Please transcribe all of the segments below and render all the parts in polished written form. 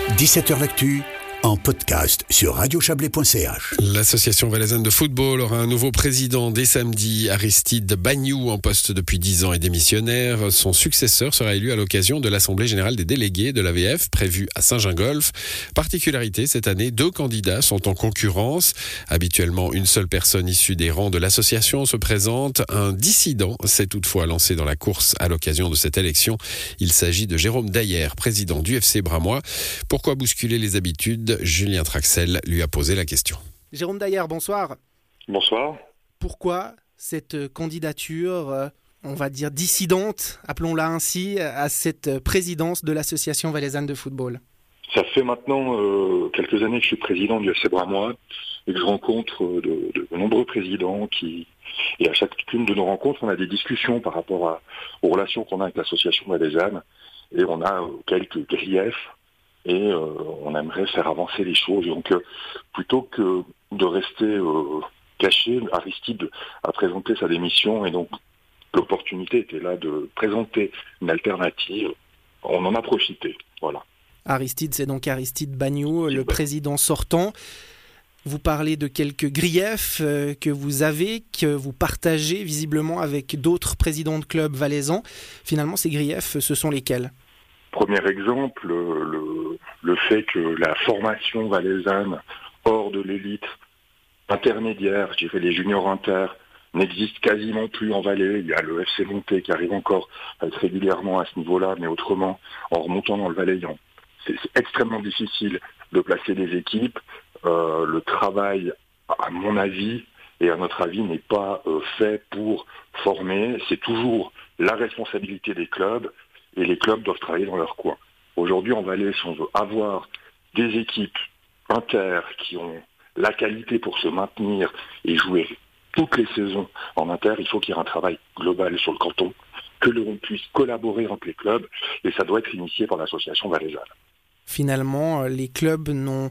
17h L'actu en podcast sur radiochablais.ch. L'association valaisanne de football aura un nouveau président dès samedi. Aristide Bagnoud, en poste depuis 10 ans et démissionnaire. Son successeur sera élu à l'occasion de l'Assemblée générale des délégués de l'AVF prévue à Saint-Gingolph. Particularité, cette année, 2 candidats sont en concurrence. Habituellement, une seule personne issue des rangs de l'association se présente. Un dissident s'est toutefois lancé dans la course à l'occasion de cette élection. Il s'agit de Jérôme Dayer, président du FC Bramois. Pourquoi bousculer les habitudes ? Julien Traxel lui a posé la question. Jérôme Dayer, bonsoir. Bonsoir. Pourquoi cette candidature, on va dire dissidente, appelons-la ainsi, à cette présidence de l'association valaisanne de football ? Ça fait maintenant quelques années que je suis président du FC Bramois et que je rencontre de nombreux présidents et à chacune de nos rencontres, on a des discussions par rapport aux relations qu'on a avec l'association valaisanne et on a quelques griefs. Et on aimerait faire avancer les choses. Donc, plutôt que de rester caché, Aristide a présenté sa démission et donc l'opportunité était là de présenter une alternative. On en a profité, voilà. Aristide, c'est donc Aristide Bagnoud, le président sortant. Vous parlez de quelques griefs que vous avez, que vous partagez visiblement avec d'autres présidents de clubs valaisans. Finalement, ces griefs, ce sont lesquels ? Premier exemple, le fait que la formation valaisanne hors de l'élite intermédiaire, je dirais les juniors inter, n'existe quasiment plus en Valais. Il y a le FC Monté qui arrive encore à être régulièrement à ce niveau-là, mais autrement, en remontant dans le Valais, c'est extrêmement difficile de placer des équipes. Le travail, à mon avis, et à notre avis, n'est pas fait pour former. C'est toujours la responsabilité des clubs. Et les clubs doivent travailler dans leur coin. Aujourd'hui, en Valais, si on veut avoir des équipes inter qui ont la qualité pour se maintenir et jouer toutes les saisons en inter, il faut qu'il y ait un travail global sur le canton, que l'on puisse collaborer entre les clubs, et ça doit être initié par l'association valaisanne. Finalement, les clubs n'ont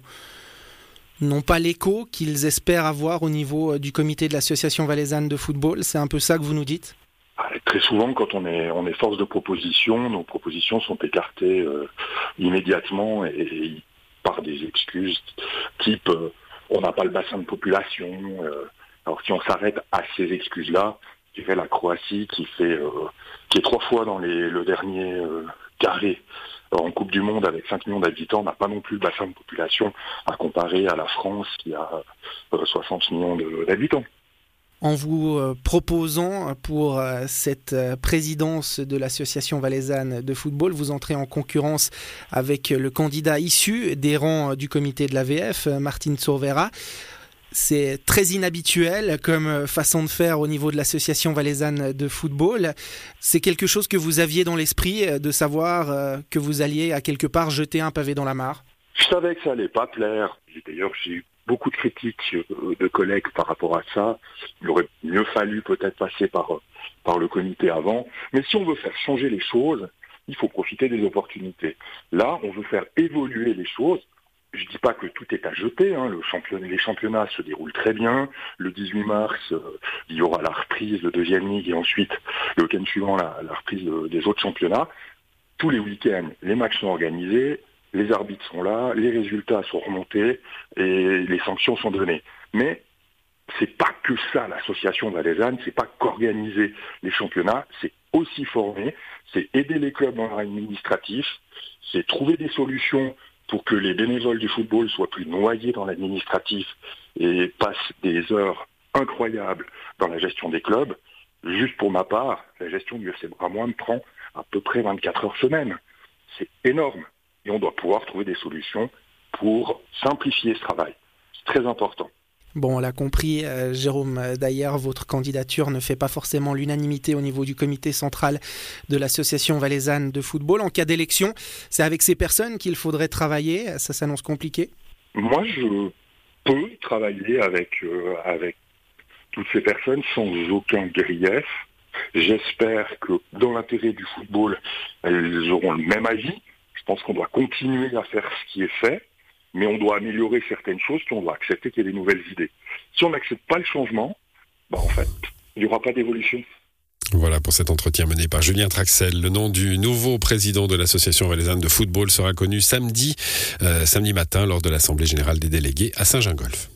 pas l'écho qu'ils espèrent avoir au niveau du comité de l'association valaisanne de football. C'est un peu ça que vous nous dites ? Très souvent, quand on est force de proposition, nos propositions sont écartées immédiatement et par des excuses type on n'a pas le bassin de population. Alors si on s'arrête à ces excuses-là, je dirais la Croatie qui est 3 fois dans le dernier carré en Coupe du Monde avec 5 millions d'habitants, n'a pas non plus le bassin de population à comparer à la France qui a 60 millions d'habitants. En vous proposant pour cette présidence de l'association valaisanne de football, vous entrez en concurrence avec le candidat issu des rangs du comité de l'AVF, Martin Survera. C'est très inhabituel comme façon de faire au niveau de l'association valaisanne de football. C'est quelque chose que vous aviez dans l'esprit, de savoir que vous alliez à quelque part jeter un pavé dans la mare ? Je savais que ça allait pas plaire. D'ailleurs, j'ai eu beaucoup de critiques de collègues par rapport à ça. Il aurait mieux fallu peut-être passer par le comité avant. Mais si on veut faire changer les choses, il faut profiter des opportunités. Là, on veut faire évoluer les choses. Je dis pas que tout est à jeter. Les championnats se déroulent très bien. Le 18 mars, il y aura la reprise de deuxième ligue et ensuite, le week-end suivant, la reprise des autres championnats. Tous les week-ends, les matchs sont organisés. Les arbitres sont là, les résultats sont remontés et les sanctions sont données. Mais c'est pas que ça l'association valaisanne, c'est pas qu'organiser les championnats, c'est aussi former, c'est aider les clubs dans l'administratif, c'est trouver des solutions pour que les bénévoles du football soient plus noyés dans l'administratif et passent des heures incroyables dans la gestion des clubs. Juste pour ma part, la gestion du FC Bramois me prend à peu près 24 heures semaine. C'est énorme. Et on doit pouvoir trouver des solutions pour simplifier ce travail. C'est très important. Bon, on l'a compris, Jérôme Dayer, votre candidature ne fait pas forcément l'unanimité au niveau du comité central de l'association valaisanne de football. En cas d'élection, c'est avec ces personnes qu'il faudrait travailler. Ça s'annonce compliqué ? Moi, je peux travailler avec toutes ces personnes sans aucun grief. J'espère que dans l'intérêt du football, elles auront le même avis. Je pense qu'on doit continuer à faire ce qui est fait, mais on doit améliorer certaines choses, puis on doit accepter qu'il y ait des nouvelles idées. Si on n'accepte pas le changement, en fait, il n'y aura pas d'évolution. Voilà pour cet entretien mené par Julien Traxel. Le nom du nouveau président de l'association valaisanne de football sera connu samedi matin lors de l'Assemblée générale des délégués à Saint-Gingolph.